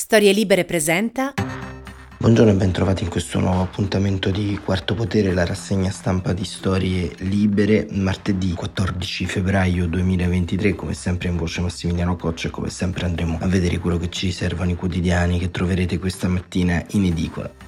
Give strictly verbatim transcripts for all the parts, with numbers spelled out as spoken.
Storie Libere presenta. Buongiorno e bentrovati in questo nuovo appuntamento di Quarto Potere, la rassegna stampa di Storie Libere, martedì quattordici febbraio duemilaventitré, come sempre in voce Massimiliano Coccia, e come sempre andremo a vedere quello che ci riservano i quotidiani che troverete questa mattina in edicola.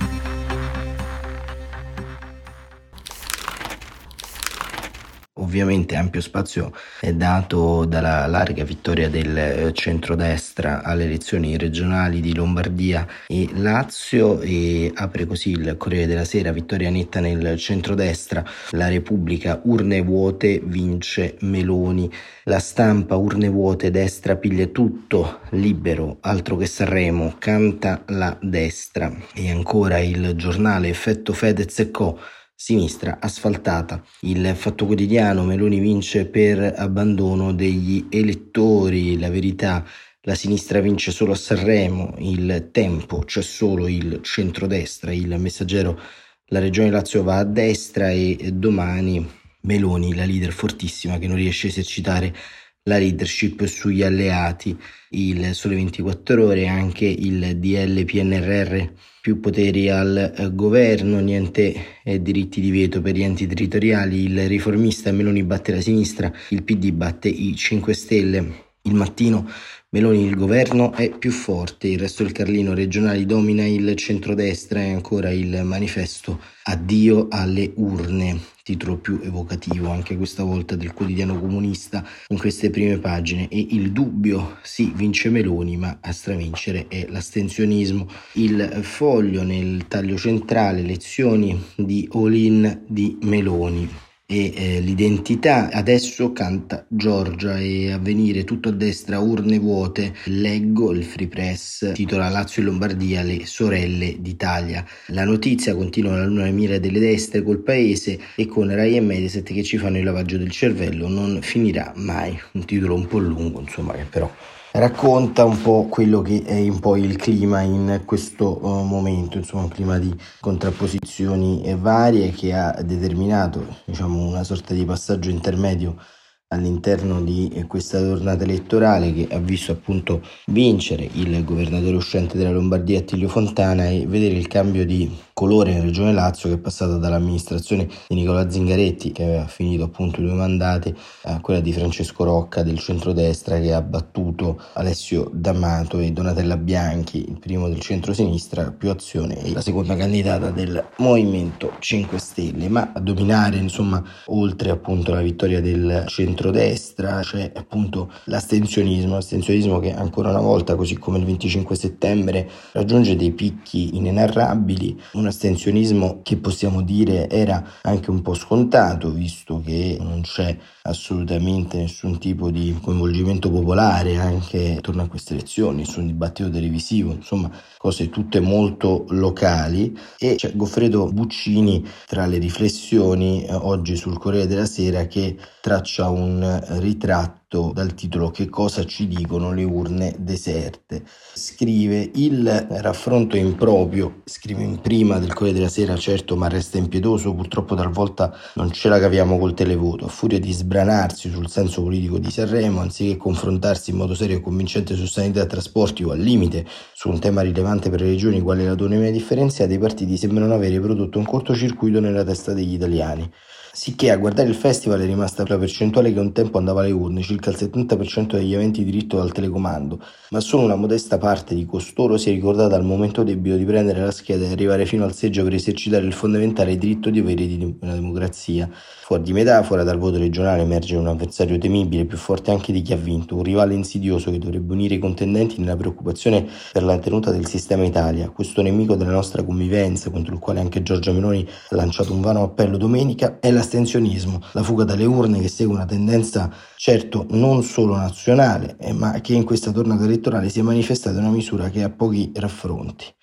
Ovviamente ampio spazio è dato dalla larga vittoria del centrodestra alle elezioni regionali di Lombardia e Lazio, e apre così il Corriere della Sera: vittoria netta nel centrodestra, La Repubblica, urne vuote, vince Meloni. La Stampa, urne vuote, destra piglia tutto, Libero, altro che Sanremo, canta la destra. E ancora Il Giornale, effetto Fedez e Co., sinistra asfaltata. Il Fatto Quotidiano, Meloni vince per abbandono degli elettori. La Verità, la sinistra vince solo a Sanremo. Il Tempo, c'è solo il centrodestra. Il Messaggero, la regione Lazio va a destra. E domani Meloni, la leader fortissima che non riesce a esercitare la leadership sugli alleati. Il Sole ventiquattro Ore, anche il D L P N R R, più poteri al eh, governo, niente eh, diritti di veto per gli enti territoriali. Il Riformista, Meloni batte la sinistra, il P D batte i cinque Stelle. Il Mattino, Meloni, il governo è più forte. Il Resto del Carlino, regionali domina il centrodestra. E ancora il Manifesto, addio alle urne, titolo più evocativo anche questa volta del quotidiano comunista in queste prime pagine. E Il Dubbio, sì, vince Meloni, ma a stravincere è l'astensionismo. Il Foglio, nel taglio centrale, lezioni di all-in di Meloni. E eh, L'Identità, adesso canta Giorgia. E Avvenire, tutto a destra, urne vuote. Leggo, il Free Press titola Lazio e Lombardia, le sorelle d'Italia. La Notizia, continua la luna di miele delle destre col paese, e con Rai e Mediaset che ci fanno il lavaggio del cervello, non finirà mai. Un titolo un po' lungo, insomma, che però racconta un po' quello che è un po' il clima in questo uh, momento, insomma un clima di contrapposizioni varie che ha determinato, diciamo, una sorta di passaggio intermedio all'interno di questa tornata elettorale, che ha visto appunto vincere il governatore uscente della Lombardia Attilio Fontana e vedere il cambio di colore in Regione Lazio, che è passata dall'amministrazione di Nicola Zingaretti, che aveva finito appunto i due mandati, a quella di Francesco Rocca del centrodestra, che ha battuto Alessio D'Amato e Donatella Bianchi, il primo del centro-sinistra, più Azione, e la seconda candidata del Movimento cinque Stelle. Ma a dominare, insomma, oltre appunto la vittoria del centrodestra, c'è appunto l'astensionismo, l'astensionismo che ancora una volta, così come il venticinque settembre, raggiunge dei picchi inenarrabili. Un astensionismo che possiamo dire era anche un po' scontato, visto che non c'è assolutamente nessun tipo di coinvolgimento popolare anche attorno a queste elezioni, nessun dibattito televisivo, insomma cose tutte molto locali. E c'è Goffredo Buccini tra le riflessioni eh, oggi sul Corriere della Sera, che traccia un ritratto dal titolo Che cosa ci dicono le urne deserte. Scrive: il raffronto è improprio, scrive in prima del Corriere della Sera, certo, ma resta impiedoso, purtroppo talvolta non ce la caviamo col televoto. A furia di sbranarsi sul senso politico di Sanremo, anziché confrontarsi in modo serio e convincente su sanità e trasporti, o al limite su un tema rilevante per le regioni quale l'autonomia differenziata, i partiti sembrano avere prodotto un cortocircuito nella testa degli italiani. Sicché a guardare il festival è rimasta la percentuale che un tempo andava alle urne, circa il settanta per cento degli aventi diritto dal telecomando, ma solo una modesta parte di costoro si è ricordata al momento debito di prendere la scheda e arrivare fino al seggio per esercitare il fondamentale diritto di avere di una democrazia. Fuori di metafora, dal voto regionale emerge un avversario temibile, più forte anche di chi ha vinto, un rivale insidioso che dovrebbe unire i contendenti nella preoccupazione per la tenuta del sistema Italia. Questo nemico della nostra convivenza, contro il quale anche Giorgia Meloni ha lanciato un vano appello domenica, è l'astensionismo, la fuga dalle urne, che segue una tendenza certo non solo nazionale, eh, ma che in questa tornata elettorale si è manifestata in una misura che ha pochi raffronti.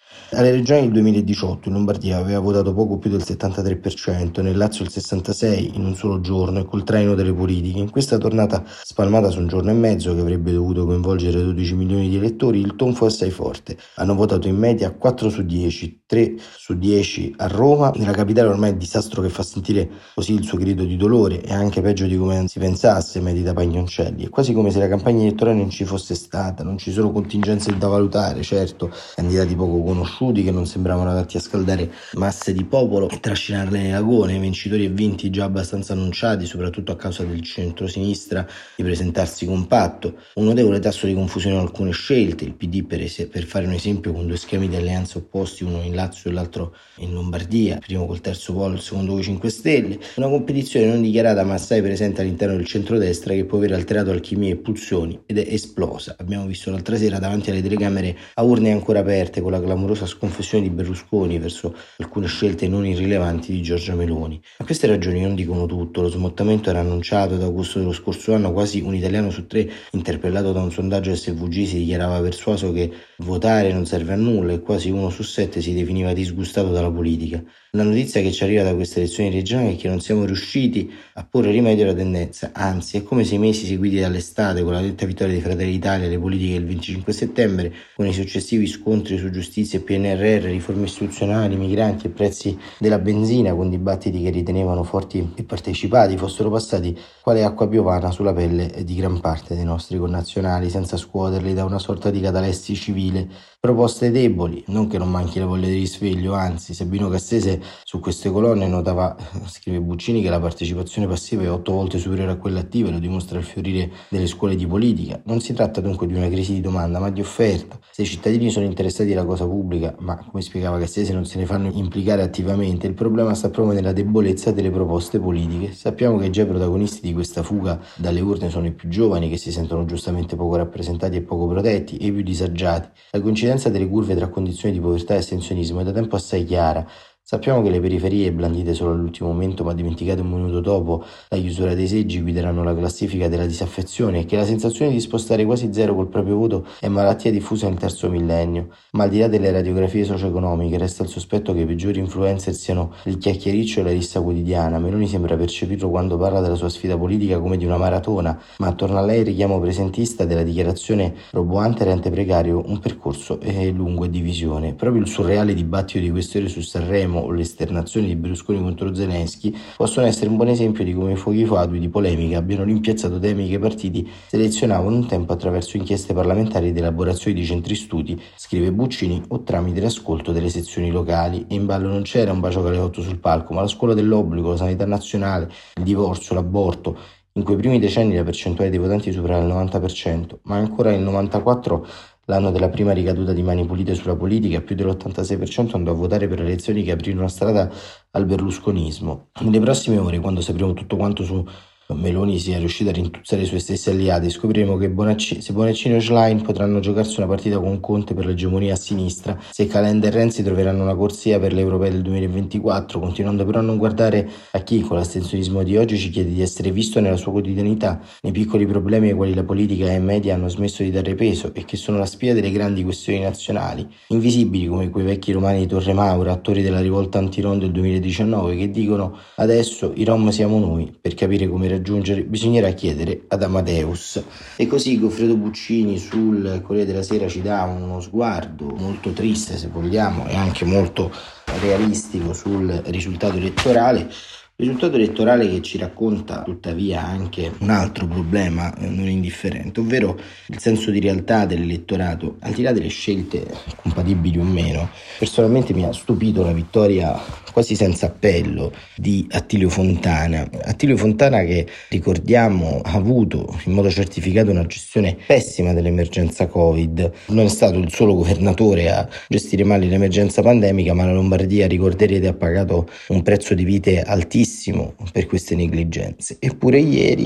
Alle regionali del duemiladiciotto in Lombardia aveva votato poco più del settantatré per cento, nel Lazio il sessantasei per cento in un solo giorno e col traino delle politiche. In questa tornata spalmata su un giorno e mezzo che avrebbe dovuto coinvolgere dodici milioni di elettori, il tonfo è assai forte. Hanno votato in media quattro su dieci, tre su dieci a Roma. Nella capitale ormai è il disastro che fa sentire così il suo grido di dolore, è anche peggio di come si pensasse, medita Pagnoncelli. È quasi come se la campagna elettorale non ci fosse stata, non ci sono contingenze da valutare, certo, candidati poco conosciuti che non sembravano adatti a scaldare masse di popolo e trascinarle nel agone, vincitori e vinti già abbastanza annunciati, soprattutto a causa del centro-sinistra di presentarsi compatto, un notevole tasso di confusione in alcune scelte, il P D per, es- per fare un esempio con due schemi di alleanza opposti, uno in Lazio e l'altro in Lombardia, il primo col terzo polo, il secondo con i cinque Stelle, una competizione non dichiarata ma assai presente all'interno del centrodestra che può aver alterato alchimie e pulsioni ed è esplosa. Abbiamo visto l'altra sera davanti alle telecamere a urne ancora aperte con la clamorosa sconfessione di Berlusconi verso alcune scelte non irrilevanti di Giorgia Meloni. Ma queste ragioni non dicono tutto. Lo smottamento era annunciato da agosto dello scorso anno, quasi un italiano su tre interpellato da un sondaggio S V G si dichiarava persuaso che votare non serve a nulla e quasi uno su sette si definiva disgustato dalla politica. La notizia che ci arriva da queste elezioni regionali è che non siamo riusciti a porre rimedio alla tendenza, anzi è come se i mesi seguiti dall'estate con la detta vittoria di Fratelli d'Italia alle politiche del venticinque settembre, con i successivi scontri su giustizia e P N R R, riforme istituzionali, migranti e prezzi della benzina, con dibattiti che ritenevano forti e partecipati, fossero passati quale acqua piovana sulla pelle di gran parte dei nostri connazionali, senza scuoterli da una sorta di catalessi civile. Proposte deboli, non che non manchi la voglia di risveglio, anzi Sabino Cassese su queste colonne notava, scrive Buccini, che la partecipazione passiva è otto volte superiore a quella attiva e lo dimostra il fiorire delle scuole di politica. Non si tratta dunque di una crisi di domanda ma di offerta. Se i cittadini sono interessati alla cosa pubblica, ma come spiegava Cassese non se ne fanno implicare attivamente, il problema sta proprio nella debolezza delle proposte politiche. Sappiamo che già i protagonisti di questa fuga dalle urne sono i più giovani, che si sentono giustamente poco rappresentati e poco protetti, e i più disagiati. La coincidenza delle curve tra condizioni di povertà e astensionismo è da tempo assai chiara. Sappiamo che le periferie, blandite solo all'ultimo momento ma dimenticate un minuto dopo la chiusura dei seggi, guideranno la classifica della disaffezione e che la sensazione di spostare quasi zero col proprio voto è malattia diffusa nel terzo millennio. Ma al di là delle radiografie socio-economiche resta il sospetto che i peggiori influencer siano il chiacchiericcio e la rissa quotidiana. Meloni sembra percepirlo quando parla della sua sfida politica come di una maratona, ma attorno a lei il richiamo presentista della dichiarazione roboante rende precario un percorso eh, lungo e divisione. Proprio il surreale dibattito di queste ore su Sanremo o le esternazioni di Berlusconi contro Zelensky possono essere un buon esempio di come i fuochi fatui di polemica abbiano rimpiazzato temi che i partiti selezionavano un tempo attraverso inchieste parlamentari ed elaborazioni di centri studi, scrive Buccini, o tramite l'ascolto delle sezioni locali. E in ballo non c'era un bacio caleotto sul palco, ma la scuola dell'obbligo, la sanità nazionale, il divorzio, l'aborto. In quei primi decenni la percentuale dei votanti superava il novanta per cento, ma ancora nel novantaquattro, l'anno della prima ricaduta di Mani Pulite sulla politica, più dell'ottantasei per cento andò a votare per le elezioni che aprirono la strada al berlusconismo. Nelle prossime ore, quando sapremo tutto quanto su Meloni sia riuscita a rintuzzare i suoi stessi alleati, scopriremo che Bonacci, se Bonaccini e Schlein potranno giocarsi una partita con Conte per l'egemonia a sinistra, se Calenda e Renzi troveranno una corsia per le europee del duemilaventiquattro, continuando però a non guardare a chi con l'astensionismo di oggi ci chiede di essere visto nella sua quotidianità, nei piccoli problemi ai quali la politica e i media hanno smesso di dare peso e che sono la spia delle grandi questioni nazionali, invisibili come quei vecchi romani di Torre Maura, attori della rivolta anti-Rom del duemiladiciannove, che dicono adesso i Rom siamo noi, per capire come raggiungere bisognerà chiedere ad Amadeus. E così Goffredo Buccini sul Corriere della Sera ci dà uno sguardo molto triste, se vogliamo, e anche molto realistico sul risultato elettorale. Risultato elettorale che ci racconta tuttavia anche un altro problema non indifferente, ovvero il senso di realtà dell'elettorato, al di là delle scelte compatibili o meno. Personalmente mi ha stupito la vittoria quasi senza appello di Attilio Fontana. Attilio Fontana che, ricordiamo, ha avuto in modo certificato una gestione pessima dell'emergenza Covid. Non è stato il solo governatore a gestire male l'emergenza pandemica, ma la Lombardia, ricorderete, ha pagato un prezzo di vite altissimo per queste negligenze. Eppure ieri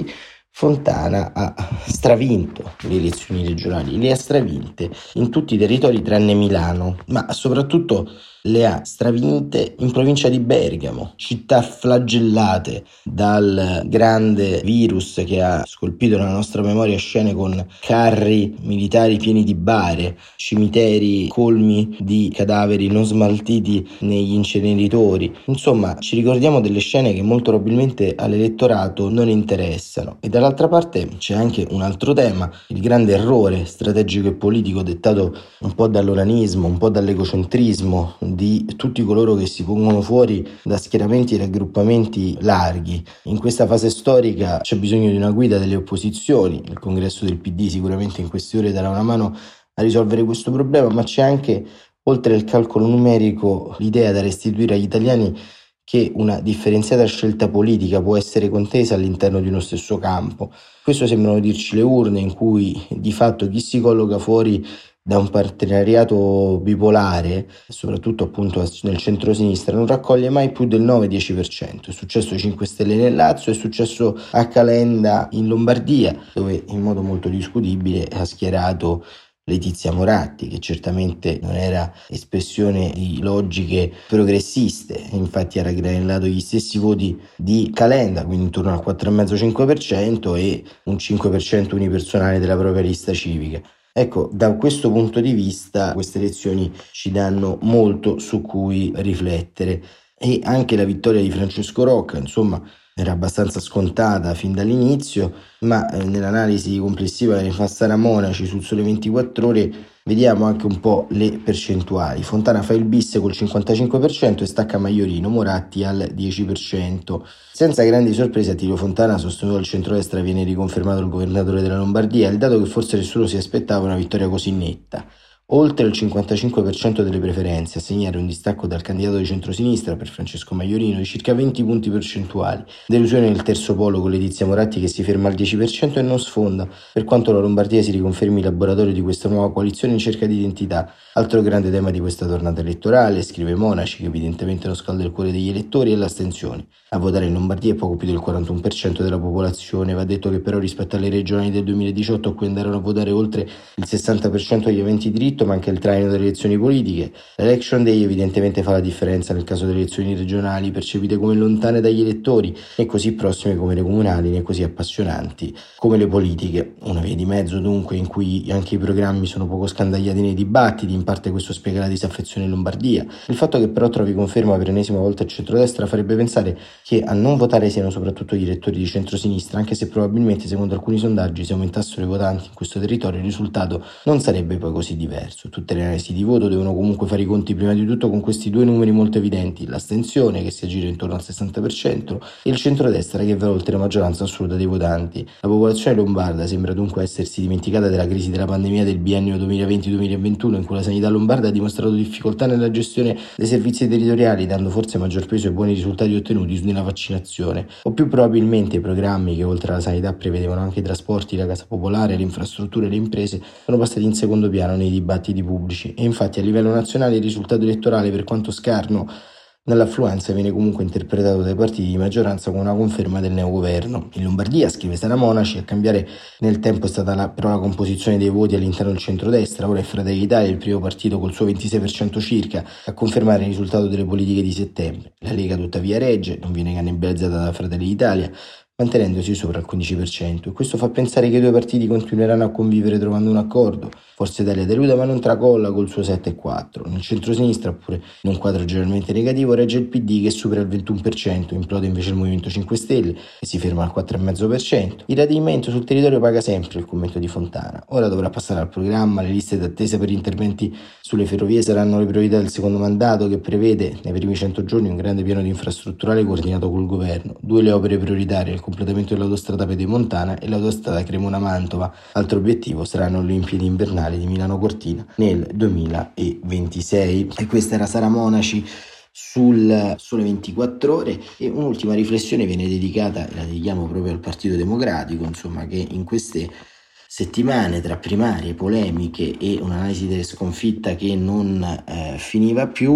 Fontana ha stravinto le elezioni regionali, le ha stravinte in tutti i territori tranne Milano, ma soprattutto le ha stravinte in provincia di Bergamo, città flagellate dal grande virus che ha scolpito nella nostra memoria scene con carri militari pieni di bare, cimiteri colmi di cadaveri non smaltiti negli inceneritori. Insomma, ci ricordiamo delle scene che molto probabilmente all'elettorato non interessano. E dall'altra parte c'è anche un altro tema, il grande errore strategico e politico dettato un po' dall'onanismo, un po' dall'egocentrismo di tutti coloro che si pongono fuori da schieramenti e raggruppamenti larghi. In questa fase storica c'è bisogno di una guida delle opposizioni, il congresso del P D sicuramente in queste ore darà una mano a risolvere questo problema, ma c'è anche, oltre al calcolo numerico, l'idea da restituire agli italiani che una differenziata scelta politica può essere contesa all'interno di uno stesso campo. Questo sembrano dirci le urne, in cui di fatto chi si colloca fuori da un partenariato bipolare, soprattutto appunto nel centro-sinistra, non raccoglie mai più del nove dieci per cento. È successo ai cinque Stelle nel Lazio, è successo a Calenda in Lombardia, dove in modo molto discutibile ha schierato Letizia Moratti, che certamente non era espressione di logiche progressiste, infatti ha raggranellato gli stessi voti di Calenda, quindi intorno al quattro virgola cinque cinque per cento e un cinque per cento unipersonale della propria lista civica. Ecco, da questo punto di vista queste elezioni ci danno molto su cui riflettere, e anche la vittoria di Francesco Rocca, insomma, era abbastanza scontata fin dall'inizio, ma eh, nell'analisi complessiva che ne fa Sara Monaci sul Sole ventiquattro Ore vediamo anche un po' le percentuali. Fontana fa il bis col cinquantacinque per cento e stacca Maiorino, Moratti al dieci per cento. Senza grandi sorprese Attilio Fontana, sostenuto dal centrodestra, viene riconfermato il governatore della Lombardia, il dato che forse nessuno si aspettava una vittoria così netta. Oltre il cinquantacinque per cento delle preferenze, a segnare un distacco dal candidato di centrosinistra per Francesco Maiorino di circa venti punti percentuali. Delusione nel terzo polo con Letizia Moratti che si ferma al dieci per cento e non sfonda, per quanto la Lombardia si riconfermi il laboratorio di questa nuova coalizione in cerca di identità. Altro grande tema di questa tornata elettorale, scrive Monaci, che evidentemente non scalda il cuore degli elettori, è l'astensione. A votare in Lombardia è poco più del quarantuno per cento della popolazione. Va detto che però rispetto alle regionali del duemiladiciotto, a cui andarono a votare oltre il sessanta per cento degli aventi diritto, ma anche il traino delle elezioni politiche, l'Election Day evidentemente fa la differenza nel caso delle elezioni regionali, percepite come lontane dagli elettori, né così prossime come le comunali, né così appassionanti come le politiche. Una via di mezzo dunque in cui anche i programmi sono poco scandagliati nei dibattiti. In parte questo spiega la disaffezione in Lombardia. Il fatto che però trovi conferma per l'ennesima volta il centrodestra farebbe pensare che a non votare siano soprattutto gli elettori di centrosinistra, anche se probabilmente secondo alcuni sondaggi se aumentassero i votanti in questo territorio il risultato non sarebbe poi così diverso. Tutte le analisi di voto devono comunque fare i conti prima di tutto con questi due numeri molto evidenti: l'astensione, che si aggira intorno al sessanta per cento, e il centrodestra, che va oltre la maggioranza assoluta dei votanti. La popolazione lombarda sembra dunque essersi dimenticata della crisi della pandemia del biennio duemilaventi duemilaventuno, in cui la sanità lombarda ha dimostrato difficoltà nella gestione dei servizi territoriali, dando forse maggior peso ai buoni risultati ottenuti nella vaccinazione. O più probabilmente i programmi che oltre alla sanità prevedevano anche i trasporti, la casa popolare, le infrastrutture e le imprese sono passati in secondo piano nei dibattiti pubblici, e infatti a livello nazionale il risultato elettorale, per quanto scarno dall'affluenza, viene comunque interpretato dai partiti di maggioranza come una conferma del neogoverno. In Lombardia, scrive Sara Monaci, a cambiare nel tempo è stata la, però la composizione dei voti all'interno del centrodestra. Ora è Fratelli d'Italia il primo partito col suo ventisei per cento circa a confermare il risultato delle politiche di settembre. La Lega tuttavia regge, non viene cannibalizzata da Fratelli d'Italia, mantenendosi sopra il quindici per cento, e questo fa pensare che i due partiti continueranno a convivere trovando un accordo. Forza Italia delude ma non tracolla col suo sette virgola quattro. Nel centrosinistra, pure in un quadro generalmente negativo, regge il P D che supera il ventuno per cento, implode invece il Movimento cinque Stelle che si ferma al quattro virgola cinque per cento. Il radimento sul territorio paga sempre, il commento di Fontana. Ora dovrà passare al programma. Le liste d'attesa per interventi sulle ferrovie saranno le priorità del secondo mandato, che prevede nei primi cento giorni un grande piano di infrastrutturale coordinato col governo. Due le opere prioritarie: il completamento dell'autostrada pedemontana e l'autostrada Cremona-Mantova. Altro obiettivo saranno le Olimpiadi invernali di Milano Cortina nel duemilaventisei. E questa era Sara Monaci sul Sole ventiquattro Ore. E un'ultima riflessione viene dedicata, e la dedichiamo proprio al Partito Democratico, insomma, che in queste settimane, tra primarie, polemiche e un'analisi delle sconfitta che non eh, finiva più,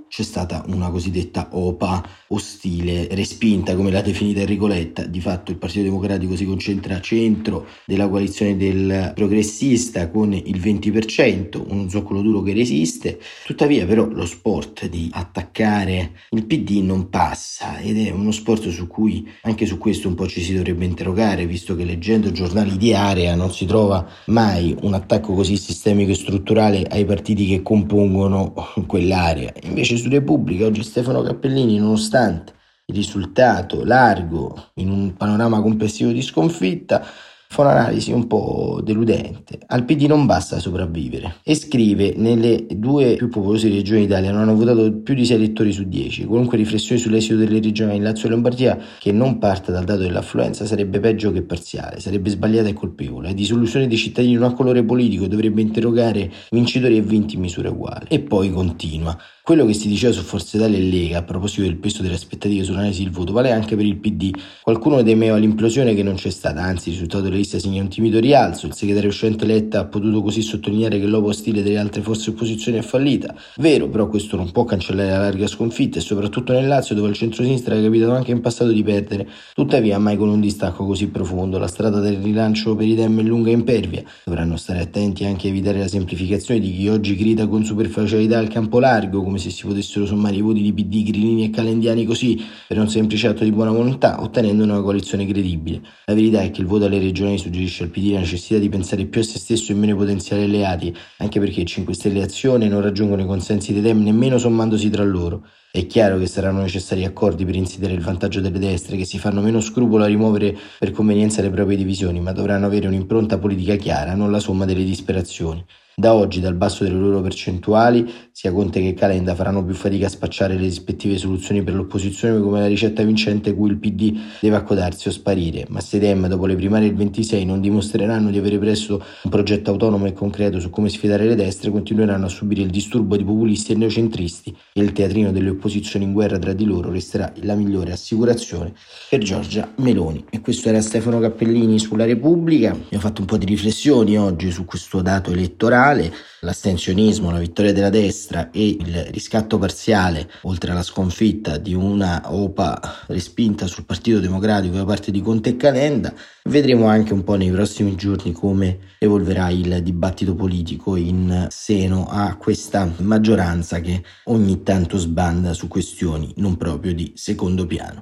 c'è stata una cosiddetta O P A ostile, respinta come l'ha definita Enrico Letta. Di fatto il Partito Democratico si concentra a centro della coalizione del progressista con il venti per cento, uno zoccolo duro che resiste. Tuttavia però lo sport di attaccare il P D non passa, ed è uno sport su cui anche su questo un po' ci si dovrebbe interrogare, visto che leggendo giornali di area non si trova mai un attacco così sistemico e strutturale ai partiti che compongono quell'area. Invece su Repubblica oggi Stefano Cappellini, nonostante il risultato largo in un panorama complessivo di sconfitta, fa un'analisi un po' deludente. Al P D non basta sopravvivere, e scrive: nelle due più popolose regioni d'Italia non hanno votato più di sei elettori su dieci. Qualunque riflessione sull'esito delle regionali Lazio e Lombardia che non parta dal dato dell'affluenza sarebbe peggio che parziale, sarebbe sbagliata e colpevole. La disillusione dei cittadini non ha colore politico, dovrebbe interrogare vincitori e vinti in misura uguale. E poi continua: quello che si diceva su Forza Italia e Lega a proposito del peso delle aspettative sull'analisi del voto vale anche per il P D. Qualcuno temeva l'implosione che non c'è stata, anzi il risultato della lista segna un timido rialzo. Il segretario uscente Letta ha potuto così sottolineare che l'opo stile delle altre forze opposizioni è fallita. Vero, però questo non può cancellare la larga sconfitta, e soprattutto nel Lazio, dove il centrosinistra è capitato anche in passato di perdere. Tuttavia mai con un distacco così profondo. La strada del rilancio per i Dem è lunga e impervia. Dovranno stare attenti anche a evitare la semplificazione di chi oggi grida con superficialità al campo largo, come se si potessero sommare i voti di P D, grillini e calendiani così, per un semplice atto di buona volontà, ottenendo una coalizione credibile. La verità è che il voto alle regionali suggerisce al P D la necessità di pensare più a se stesso e meno ai potenziali alleati, anche perché cinque Stelle e Azione non raggiungono i consensi dei Dem nemmeno sommandosi tra loro. È chiaro che saranno necessari accordi per insidiare il vantaggio delle destre, che si fanno meno scrupolo a rimuovere per convenienza le proprie divisioni, ma dovranno avere un'impronta politica chiara, non la somma delle disperazioni. Da oggi, dal basso delle loro percentuali, sia Conte che Calenda faranno più fatica a spacciare le rispettive soluzioni per l'opposizione come la ricetta vincente cui il P D deve accodarsi o sparire. Ma se i Dem, dopo le primarie del ventisei, non dimostreranno di avere presto un progetto autonomo e concreto su come sfidare le destre, continueranno a subire il disturbo di populisti e neocentristi, e il teatrino delle opposizioni in guerra tra di loro resterà la migliore assicurazione per Giorgia Meloni. E questo era Stefano Cappellini sulla Repubblica. Abbiamo fatto un po' di riflessioni oggi su questo dato elettorale, l'astensionismo, la vittoria della destra e il riscatto parziale, oltre alla sconfitta di una O P A respinta sul Partito Democratico da parte di Conte e Calenda. Vedremo anche un po' nei prossimi giorni come evolverà il dibattito politico in seno a questa maggioranza che ogni tanto sbanda su questioni non proprio di secondo piano.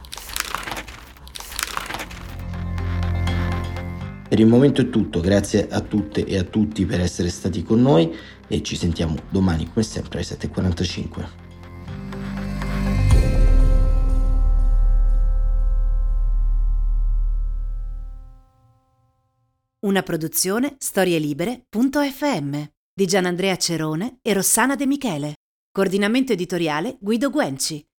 Per il momento è tutto, grazie a tutte e a tutti per essere stati con noi, e ci sentiamo domani come sempre alle sette e quarantacinque. Una produzione storielibere punto effe emme di Gianandrea Cerone e Rossana De Michele. Coordinamento editoriale Guido Guenci.